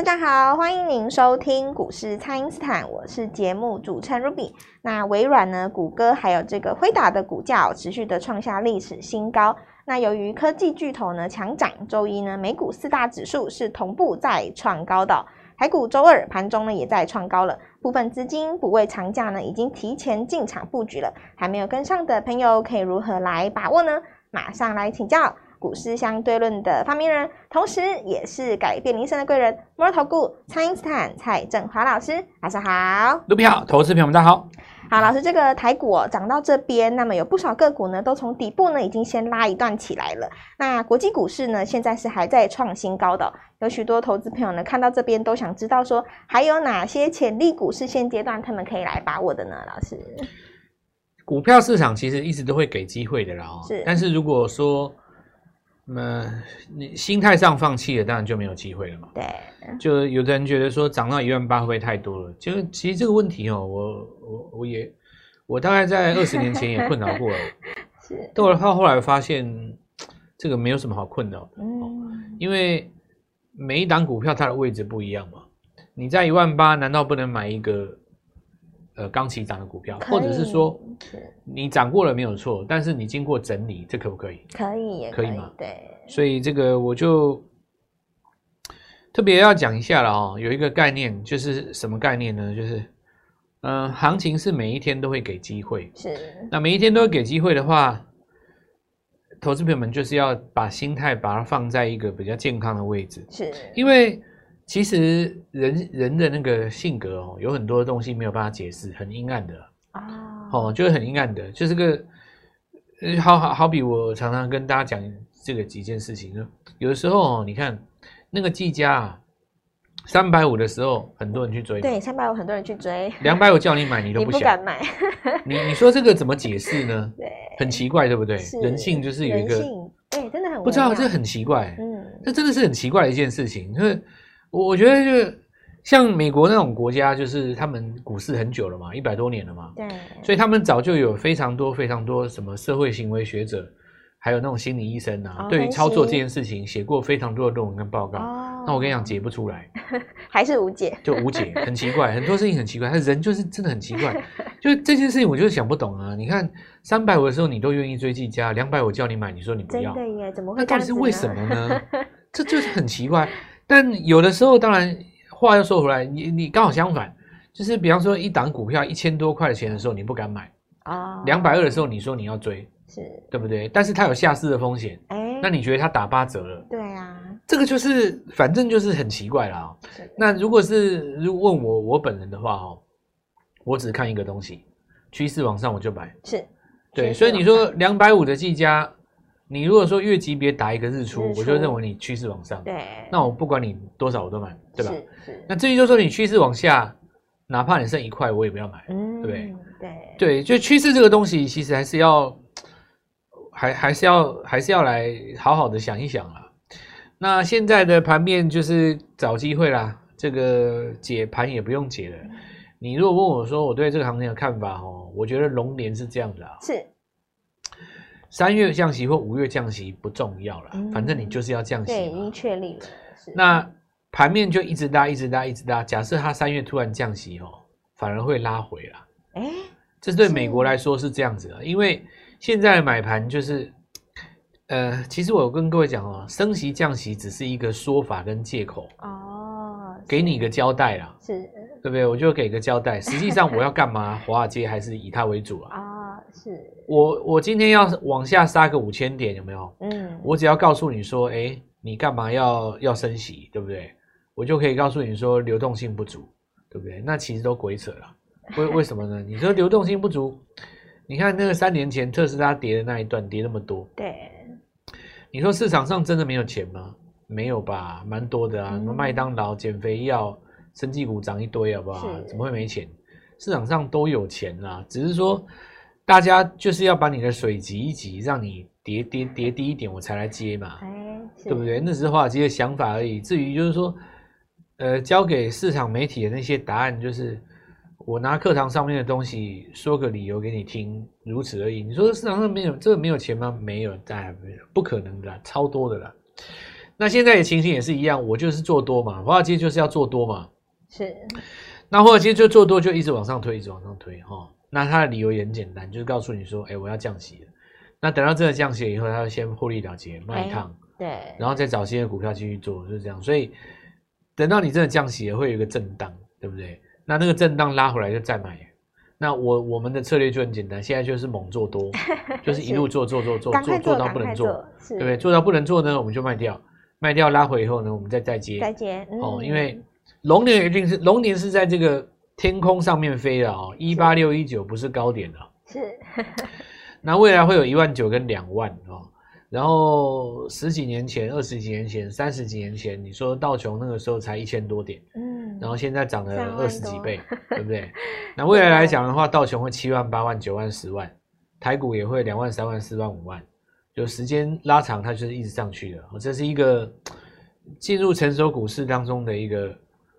家好，欢迎您收听股市蔡因斯坦，我是节目主持人 Ruby。那微软呢、谷歌还有这个辉达的股价持续的创下历史新高。那由于科技巨头呢强涨，周一呢美股四大指数是同步再创高的。台股周二盘中呢也在创高了，部分资金不畏长假呢已经提前进场布局了，还没有跟上的朋友可以如何来把握呢？马上来请教股市相对论的发明人，同时也是改变人生的贵人——摩尔投顾蔡因斯坦蔡正华老师，晚上好。 卢比好，投资朋友们大家好。 好，老师，这个台股涨到这边，那么有不少个股呢都从底部呢已经先拉一段起来了。那国际股市呢现在是还在创新高的，有许多投资朋友呢看到这边都想知道说还有哪些潜力股是现阶段他们可以来把握的呢？老师， 股票市场其实一直都会给机会的啦，但是如果说你心态上放弃了，当然就没有机会了嘛。 对， 就有的人觉得说涨到18000会不会太多了？就其实这个问题哦，我大概在20年前也困扰过了， 是， 到后来发现这个没有什么好困扰的，因为每一档股票它的位置不一样嘛。你在18000，难道不能买一个刚起涨的股票，或者是说你涨过了没有错，但是你经过整理，这可不可以？ 可以，也可以吗？ 对， 所以这个我就特别要讲一下了哦。有一个概念，就是什么概念呢？就是行情是每一天都会给机会， 是。 那每一天都会给机会的话，投资朋友们就是要把心态把它放在一个比较健康的位置， 是因为其实人的那个性格哦，有很多东西没有办法解释，很阴暗的就是很阴暗的，就是个好比我常常跟大家讲这个几件事情，有的时候哦，你看那个技嘉啊，350的时候很多人去追， 对，350很多人去追 ，250叫你买你都不想， 你不敢买， 你说这个怎么解释呢？ 对， 很奇怪，对不对？人性就是有一个， 对，真的很不知道，这很奇怪，这真的是很奇怪的一件事情，就是我觉得就像美国那种国家，就是他们股市很久了嘛，100多年了嘛， 对， 所以他们早就有非常多什么社会行为学者，还有那种心理医生啊，对于操作这件事情写过非常多的论文跟报告。那我跟你讲，解不出来， 还是无解， 就无解，很奇怪，很多事情很奇怪，他人就是真的很奇怪，就这件事情我就是想不懂啊。你看350的时候你都愿意追技嘉，250我叫你买，你说你不要， 真的耶，怎么会那到底是为什么呢？这就是很奇怪。但有的时候，当然话又说回来，你刚好相反，就是比方说一档股票1000多块的钱的时候，你不敢买，220的时候你说你要追，是对不对？但是它有下市的风险，那你觉得它打8折了？ 对啊， 这个就是反正就是很奇怪啦。那如果问我本人的话我只看一个东西，趋势往上我就买，是对。所以你说250的技嘉。你如果说月级别打一个日出，我就认为你趋势往上。对，那我不管你多少我都买，对吧？是。那至于就说你趋势往下，哪怕你剩1块，我也不要买，对不对？对，就趋势这个东西，其实还是要，还是要来好好的想一想啦。那现在的盘面就是找机会啦，这个解盘也不用解了。你如果问我说我对这个行情的看法我觉得龙年是这样的是。3月降息或5月降息不重要了，反正你就是要降息，对， 已经确立了。 那盘面就一直拉，一直拉，一直拉。假设它3月突然降息反而会拉回啦。这对美国来说是这样子的，因为现在的买盘就是，其实我有跟各位讲升息降息只是一个说法跟借口给你一个交代啦，是，对不对？我就给个交代，实际上我要干嘛？华尔街还是以它为主是我今天要往下杀个5000点，有没有？我只要告诉你说，你干嘛要升息，对不对？我就可以告诉你说流动性不足，对不对？那其实都鬼扯了。为什么呢？你说流动性不足，你看那个3年前特斯拉跌的那一段跌那么多，对，你说市场上真的没有钱吗？没有吧，蛮多的啊，什么麦当劳、减肥药、生技股涨一堆，好不好？怎么会没钱？市场上都有钱啦，只是说。大家就是要把你的水挤一挤，让你跌低一点，我才来接嘛，对不对？那只是华尔街的想法而已。至于就是说，交给市场媒体的那些答案，就是我拿课堂上面的东西说个理由给你听，如此而已。你说市场上没有这个没有钱吗？没有，当然不可能的啦，超多的啦。 那现在的情形也是一样，我就是做多嘛，华尔街就是要做多嘛。 是。 那华尔街就做多，就一直往上推，一直往上推哈。那它的理由也很简单，就是告诉你说，我要降息了。那等到真的降息以后，它要先获利了结，卖一趟， 对， 然后再找新的股票继续做，就是这样。所以等到你真的降息了，会有一个震荡，对不对？那个震荡拉回来就再买。那我们的策略就很简单，现在就是猛做多，就是一路做到不能做，对不对？做到不能做呢，我们就卖掉拉回以后呢，我们再接，因为龙年是在这个天空上面飞的哦，186、19不是高点的， 是。 那未来会有19000跟2万哦，然后10几年前、20几年前、30几年前，你说道琼那个时候才1000多点，然后现在涨了20几倍，对不对？那未来来讲的话，道琼会7万、8万、9万、10万，台股也會2万、3万、4万、5万，就时间拉长，它就是一直上去的。这是一个进入成熟股市当中的一个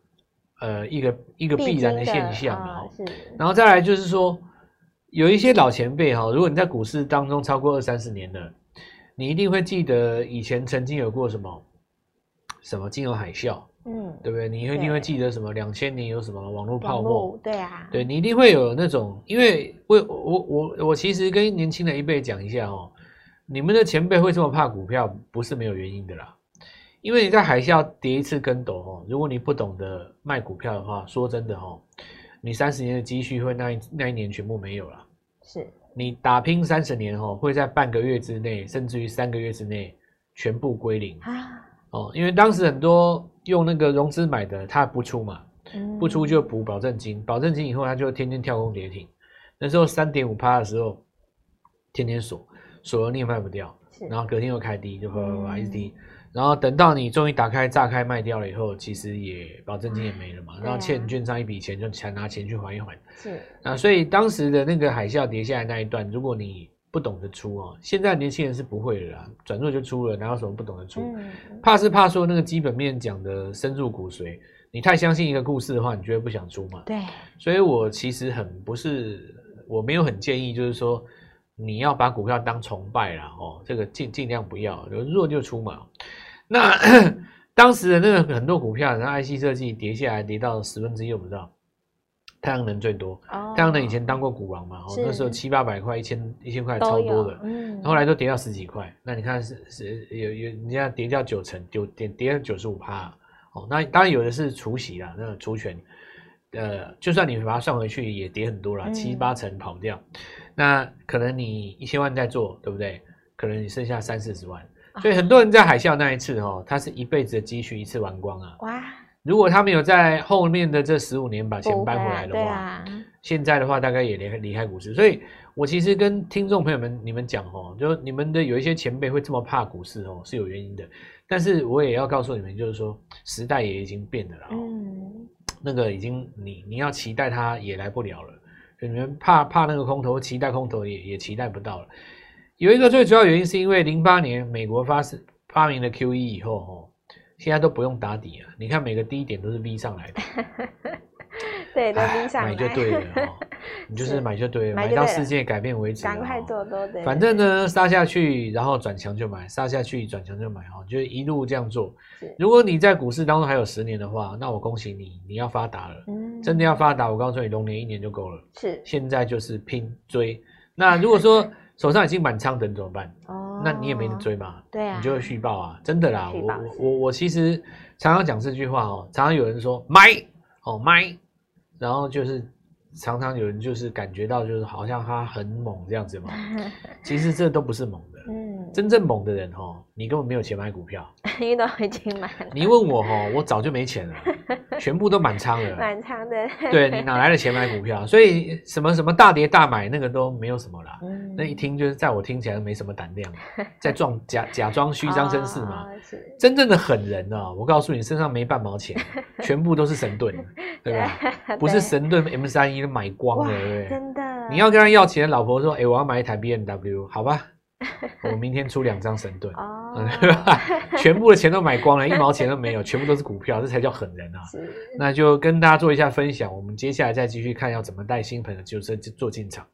必然的现象啊。然后再来就是说，有一些老前辈哈，如果你在股市当中超过20-30年的，你一定会记得以前曾经有过什么金融海啸。对不对？你一定会记得什么2000年有什么网络泡沫， 对啊， 对你一定会有那种，因为我其实跟年轻的一辈讲一下哦，你们的前辈会这么怕股票，不是没有原因的啦。因为你在海啸跌一次跟斗哦，如果你不懂得卖股票的话，说真的哦，你30年的积蓄会那一年全部没有了。 是， 你打拼30年哦，会在半个月之内，甚至于3个月之内全部归零哦，因为当时很多用那个融资买的，他不出嘛，不出就补保证金，保证金以后他就天天跳空跌停，那时候3.5% 的时候，天天锁了你也卖不掉，然后隔天又开低，就一直低，然后等到你终于打开炸开卖掉了以后，其实也保证金也没了嘛，然后欠券商一笔钱，就才拿钱去还一还。是啊，所以当时的那个海啸跌下来那一段，如果你不懂得出哦，现在年轻人是不会的啦，转弱就出了，哪有什么不懂得出？怕说那个基本面讲的深入骨髓，你太相信一个故事的话，你绝对不想出嘛。 对， 所以我其实我没有很建议，就是说你要把股票当崇拜啦，哦，这个尽量不要，弱就出嘛。那当时的那个很多股票，然后 IC 设计跌下来，跌到1/10我不知道。太阳能最多，太阳能以前当过股王嘛，那时候700-800块、1000块超多的，后来都跌到10几块。那你看有人家跌掉90%，跌了95%，哦，那当然有的是除息啦，那个除权，就算你把它算回去也跌很多啦，7-8成跑掉。那可能你1000万在做，对不对？可能你剩下30-40万，所以很多人在海啸那一次他是一辈子的积蓄一次玩光啊。哇！如果他没有在后面的这15年把钱搬回来的话，现在的话大概也离开股市。所以我其实跟听众朋友们你们讲就你们的有一些前辈会这么怕股市是有原因的。但是我也要告诉你们，就是说时代也已经变了啦，那个已经你要期待它也来不了了。就你们怕那个空头，期待空头也期待不到了。有一个最主要原因是因为08年美国发明了 QE 以后现在都不用打底了，你看每个低点都是 V 上来的， 对，都 V 上来， 买就对了你就是买就对了，买到世界改变为止， 赶快做多的。 反正呢，杀下去然后转强就买，杀下去转强就买就一路这样做。如果你在股市当中还有10年的话，那我恭喜你，你要发达了，真的要发达，我告诉你，龙年1年就够了。是，现在就是拼追。那如果说手上已经满仓等怎么办？那你也没得追嘛，对啊，你就会续报啊，真的啦。我其实常常讲这句话常常有人说买，然后就是常常有人就是感觉到就是好像他很猛这样子嘛，其实这都不是猛的。真正猛的人你根本没有钱买股票， 你都已经买了。 你问我我早就没钱了，全部都满仓了。 满仓的， 对，你哪来的钱买股票？所以什么大跌大买那个都没有什么啦。那一听就是在我听起来没什么胆量，在假装虚张声势嘛。真正的狠人我告诉你，身上没半毛钱，全部都是神盾，对吧？不是神盾 M31 都买光了，对不对？真的。你要跟他要钱，老婆说：“我要买一台 BMW， 好吧？”我明天出2张神盾，全部的钱都买光了，1毛钱都没有，全部都是股票，这才叫狠人啊！那就跟大家做一下分享，我们接下来再继续看要怎么带新朋友就是做进场。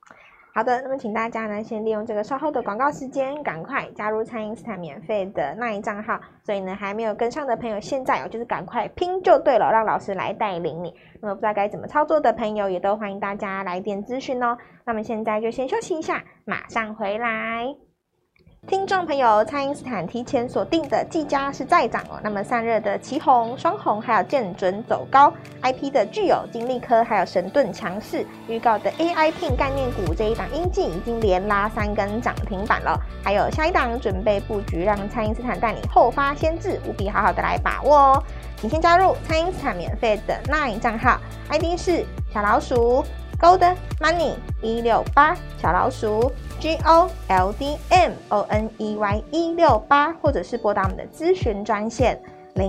好的，那么请大家呢先利用这个稍后的广告时间，赶快加入蔡因斯坦免费的LINE账号。所以呢，还没有跟上的朋友，现在就是赶快拼就对了，让老师来带领你。那么不知道该怎么操作的朋友，也都欢迎大家来电咨询哦。那么现在就先休息一下，马上回来。听众朋友，蔡因斯坦提前锁定的技嘉是再涨哦。那么散热的奇鋐、双红，还有建准走高 ，IP 的具有金利科，还有神盾强势，预告的 AI Pin 概念股这一档英记已经连拉3根涨停板了。还有下一档准备布局，让蔡因斯坦带你后发先至，务必好好的来把握哦。请先加入蔡因斯坦免费的 LINE 账号 ，ID 是小老鼠 Gold Money 168小老鼠。GOLDMONEY 168，或者是拨打我们的咨询专线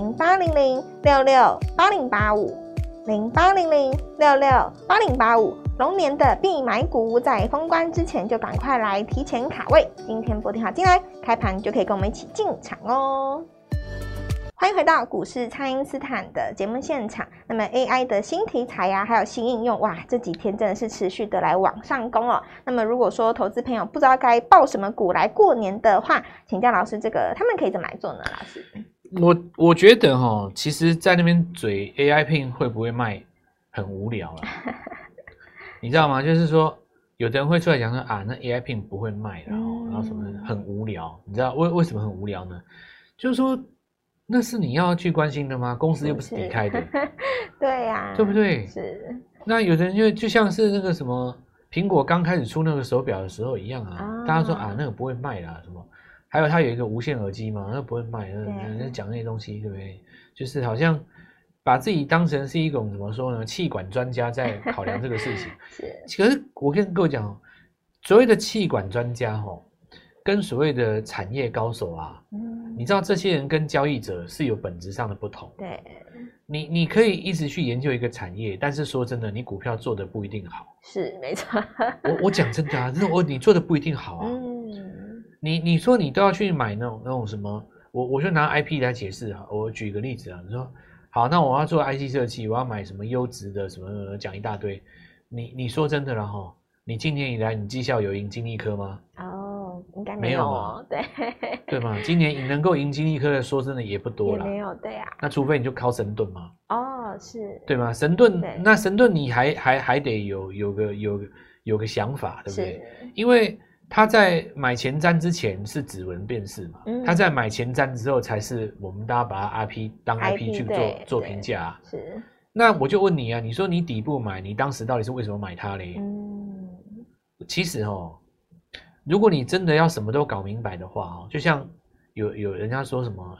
0800668085，0800668085。龙年的必买股，在封关之前就赶快来提前卡位，今天拨电话进来，开盘就可以跟我们一起进场哦。欢迎回到股市蔡因斯坦的节目现场。那么 AI 的新题材呀，还有新应用，哇，这几天真的是持续的来往上攻哦。那么如果说投资朋友不知道该报什么股来过年的话，请教老师，这个他们可以怎么来做呢？老师， 我觉得其实在那边嘴 AI Pin 会不会卖很无聊啊？你知道吗？就是说，有的人会出来讲说啊，那 AI Pin 不会卖然后什么很无聊。你知道为什么很无聊呢？就是说。那是你要去关心的吗？公司又不是你开的， 对呀， 对不对？ 是。 那有的人就像是那个什么苹果刚开始出那个手表的时候一样啊，大家说啊那个不会卖啦，什么？还有它有一个无线耳机嘛，那个不会卖，那讲那些东西，对不对？就是好像把自己当成是一种怎么说呢？气管专家在考量这个事情。可是我跟各位讲，所谓的气管专家跟所谓的产业高手啊，你知道这些人跟交易者是有本质上的不同。 对， 你可以一直去研究一个产业，但是说真的，你股票做的不一定好。 是没错。 我讲真的啊，你做的不一定好啊。你说你都要去买那种什么，我就拿 IP 来解释啊。我举个例子啊，你说好，那我要做 IC 设计，我要买什么优质的什么，讲一大堆。你说真的啦齁，你今年以来你绩效有赢金利科吗？ 应该没有哦， 对吗？今年能够赢金利科的，说真的也不多啦， 也没有，对啊。 那除非你就靠神盾嘛， 是， 对吗？神盾，那神盾你还得有个想法，对不对？因为他在买前瞻之前是指纹辨识嘛，他在买前瞻之后才是我们大家把它 当 IP 去做评价啊。 是。 那我就问你啊，你说你底部买，你当时到底是为什么买它嘞？其实如果你真的要什么都搞明白的话，就像有人家说什么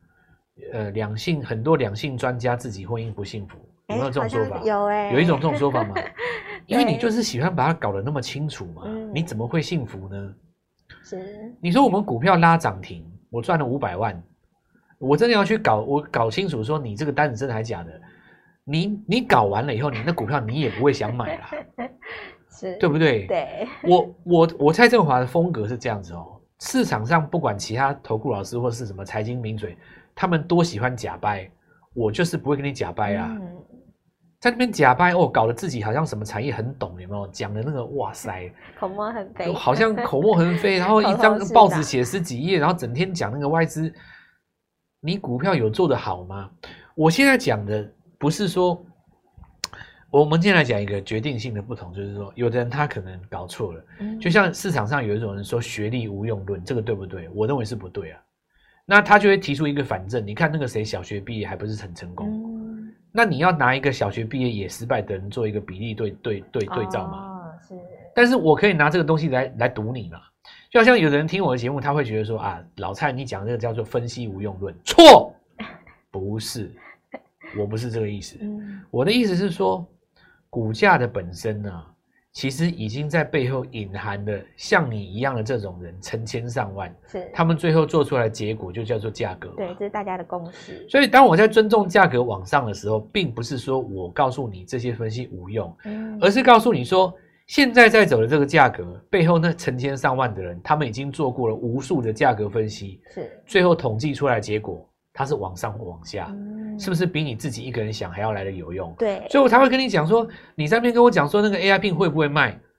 很多两性专家自己婚姻不幸福，有没有这种说法？有一种这种说法吗？因为你就是喜欢把它搞得那么清楚嘛，你怎么会幸福呢？ 是。你说我们股票拉涨停，我赚了500万，我真的要去搞清楚说你这个单子真的还假的？你搞完了以后，你那股票你也不会想买啦。对不对？ 对， 我蔡正华的风格是这样子市场上不管其他投顾老师或是什么财经名嘴，他们多喜欢假掰，我就是不会跟你假掰啊。在那边假掰搞得自己好像什么产业很懂，有没有？讲的那个哇塞， 口沫横飞， 好像口沫横飞，然后一张报纸写10几页，然后整天讲那个外资，你股票有做得好吗？我现在讲的不是说。我们今天来讲一个决定性的不同，就是说，有的人他可能搞错了，就像市场上有一种人说学历无用论，这个对不对？我认为是不对啊。那他就会提出一个反证，你看那个谁小学毕业还不是很成功？那你要拿一个小学毕业也失败的人做一个比例对照嘛？是。但是我可以拿这个东西来赌你嘛？就好像有的人听我的节目，他会觉得说啊，老蔡你讲这个叫做分析无用论，错，不是，我不是这个意思。我的意思是说。股价的本身呢，其实已经在背后隐含了像你一样的这种人成千上万，是他们最后做出来的结果就叫做价格。 对，这是大家的共识。 所以当我在尊重价格往上的时候，并不是说我告诉你这些分析无用，而是告诉你说，现在在走的这个价格背后那成千上万的人，他们已经做过了无数的价格分析，是最后统计出来的结果。它是往上或往下，是不是比你自己一个人想还要来的有用？ 对， 所以我才会跟你讲说，你在那边跟我讲说那个 AI Pin 会不会卖？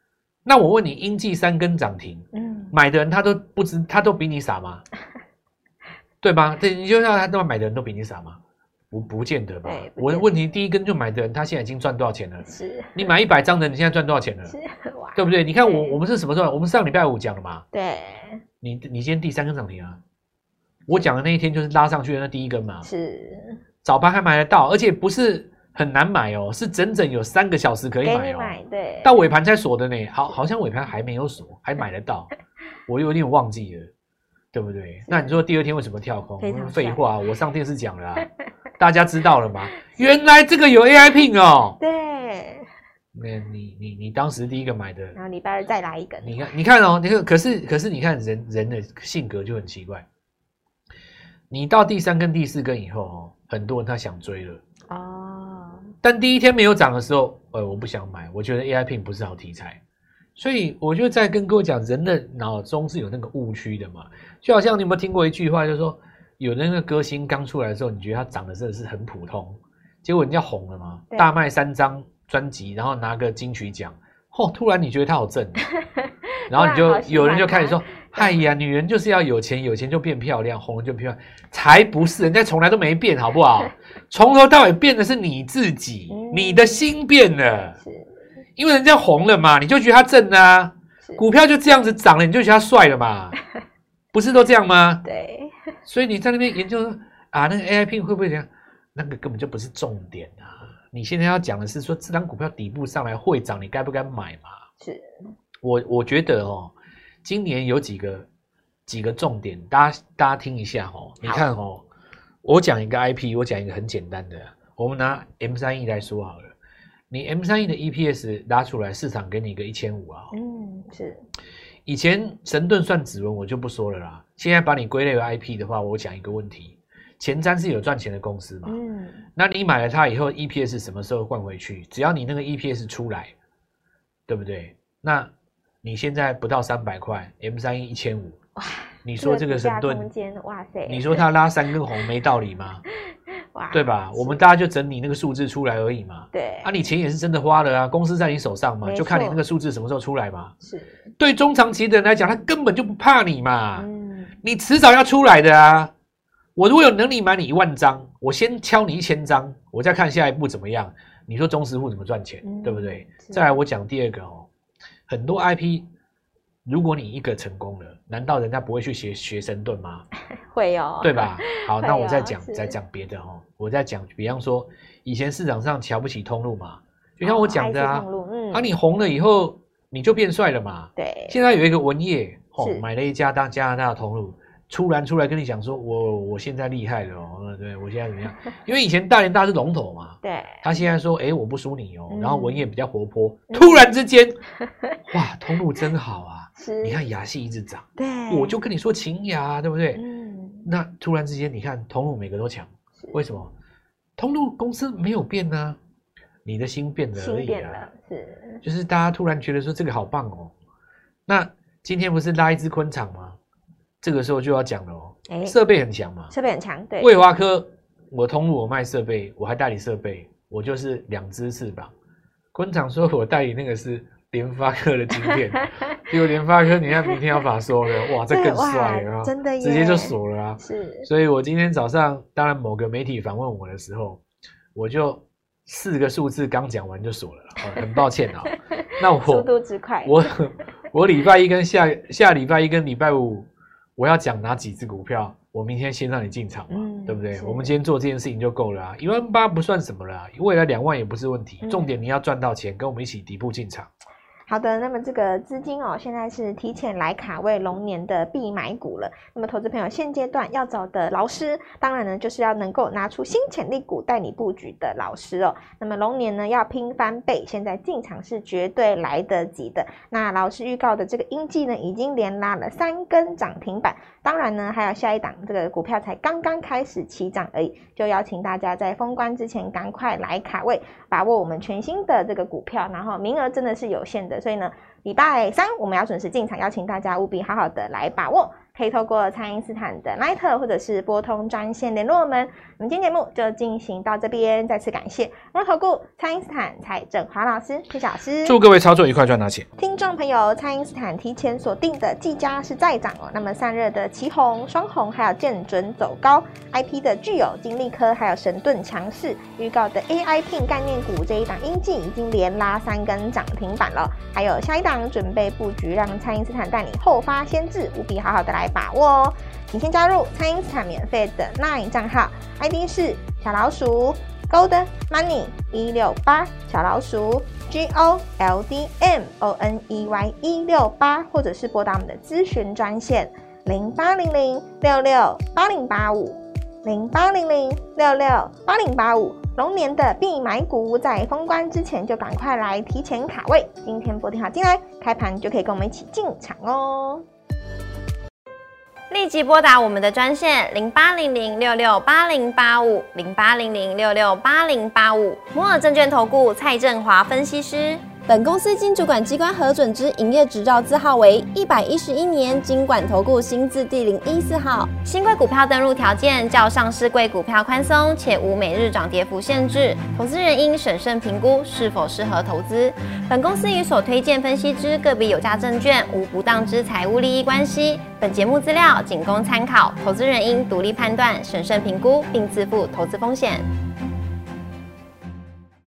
那我问你，英记3根涨停，买的人他都不知，他都比你傻吗？对吧？对，你就让他买的人都比你傻吗？不见得吧。我的问题，第一根就买的人，他现在已经赚多少钱了？ 是。 你买100张的，你现在赚多少钱了？是，对不对？你看我们是什么时候？我们上礼拜5讲了嘛？ 对。 你今天第3根涨停啊？我讲的那一天就是拉上去的那第一根嘛。是。早盘还买得到，而且不是很难买哦，是整整有3个小时可以买哦。 对。 到尾盘才锁的呢，好像尾盘还没有锁，还买得到，我有点忘记了。对不对？那你说第2天为什么跳空？废话，我上电视讲了啊，大家知道了吗？原来这个有 AI Pin 哦。 对。 那你当时第一个买的， 然后礼拜2再来一根。 你看哦，可是你看人的性格就很奇怪。你到第3根、第4根以后哦，很多人他想追了哦，但第1天没有涨的时候，我不想买，我觉得 AI Pin 不是好题材。所以我就在跟各位讲，人的脑中是有那个误区的嘛，就好像你有没有听过一句话，就是说有的那个歌星刚出来的时候，你觉得他长得真的是很普通，结果人家红了嘛，大卖3张专辑，然后拿个金曲奖，突然你觉得他好正，然后你就有人就开始说，哎呀，女人就是要有钱，有钱就变漂亮，红了就变漂亮，才不是，人家从来都没变，好不好？从头到尾变的是你自己，你的心变了。因为人家红了嘛，你就觉得他正啊，股票就这样子涨了，你就觉得他帅了嘛，不是都这样吗？ 对， 所以你在那边研究啊，那个 AI Pin 会不会这样？那个根本就不是重点啊！你现在要讲的是说，这张股票底部上来会涨，你该不该买嘛？是，我觉得哦，今年有几个重点，大家听一下哦。你看哦，我讲一个 IP， 我讲一个很简单的，我们拿 M31来说好了。你 M31的 EPS 拉出来，市场给你一个1500啊。是。以前神盾算指纹我就不说了啦，现在把你归类为 IP 的话，我讲一个问题：前瞻是有赚钱的公司嘛？那你买了它以后 ，EPS 什么时候换回去？只要你那个 EPS 出来，对不对？那你现在不到300块 ，M31 1500，哇！你说这个神盾，哇塞！你说它拉3根红没道理吗？对吧？我们大家就整理那个数字出来而已嘛。对啊，你钱也是真的花了啊，公司在你手上嘛，就看你那个数字什么时候出来嘛。是，对中长期的人来讲，他根本就不怕你嘛。你迟早要出来的啊。我如果有能力买你1万张，我先敲你1000张，我再看下一步怎么样。你说中实户怎么赚钱，对不对？再来我讲第2个哦，很多 IP。如果你一个成功了，难道人家不会去学神盾吗？ 会哦， 对吧？好，那我再讲别的哦。我再讲，比方说以前市场上瞧不起通路嘛，就像我讲的啊，你红了以后你就变帅了嘛。对，现在有一个文业买了一家加拿大的通路，突然出来跟你讲说，我现在厉害了哦，对我现在怎么样？因为以前大联大是龙头嘛，对，他现在说，我不输你哦，然后文业比较活泼，突然之间，哇，通路真好啊。你看亚系一直涨，对，我就跟你说秦雅，对不对？那突然之间，你看通路每个都强，为什么？通路公司没有变啊，你的心变了而已啊。是，就是大家突然觉得说这个好棒哦。那今天不是拉一只昆场吗？这个时候就要讲了哦，设备很强嘛， 设备很强，对。 卫华科，我通路我卖设备，我还代理设备，我就是2只翅膀。昆场说我代理那个是联发科的晶片。结果联发科，你看明天要法说了，哇，这更帅啊！真的耶，直接就锁了啊！是，所以我今天早上，当然某个媒体访问我的时候，我就4个数字刚讲完就锁了，很抱歉啊。那我速度之快， 我礼拜一跟下礼拜一跟礼拜五，我要讲哪几只股票，我明天先让你进场嘛，对不对？我们今天做这件事情就够了啊，18000不算什么了，未来2万也不是问题，重点你要赚到钱，跟我们一起底部进场。 好的，那么这个资金哦，现在是提前来卡位龙年的必买股了。那么投资朋友现阶段要找的老师，当然呢就是要能够拿出新潜力股带你布局的老师哦。那么龙年呢要拼翻倍，现在进场是绝对来得及的。那老师预告的这个英记呢，已经连拉了3根涨停板，当然呢还有下一档这个股票才刚刚开始起涨而已，就邀请大家在封关之前赶快来卡位，把握我们全新的这个股票，然后名额真的是有限的。所以呢，礼拜3我们要准时进场，邀请大家务必好好的来把握。 可以透过蔡因斯坦的 LINE 或者是拨通专线联络我们。我们今天节目就进行到这边，再次感谢摩尔投顾蔡因斯坦蔡正华老师、谢老师， 祝各位操作愉快，赚大钱。 听众朋友，蔡因斯坦提前锁定的技嘉是再涨哦，那么散热的奇鋐、双红还有建准走高 ，IP 的具有金利科还有神盾强势，预告的 AI Pin 概念股这一档英记已经连拉3根涨停板了，还有下一档准备布局，让蔡因斯坦带你后发先至，务必好好的来把握哦。请先加入蔡因斯坦免费的 LINE 账号 ，ID 是小老鼠 Gold Money 168，小老鼠 GOLDMONEY 168，或者是拨打我们的咨询专线0800668085，0800668085。龙年的必买股，在封关之前就赶快来提前卡位，今天拨电话进来，开盘就可以跟我们一起进场哦。 立即拨打我们的专线0800668085，0800668085。摩尔证券投顾蔡正华分析师。 本公司经主管机关核准之营业执照字号为111年金管投顾新字第014号。 新贵股票登录条件较上市柜股票宽松，且无每日涨跌幅限制，投资人应审慎评估是否适合投资。本公司与所推荐分析之个别有价证券无不当之财务利益关系。本节目资料仅供参考，投资人应独立判断、审慎评估，并自负投资风险。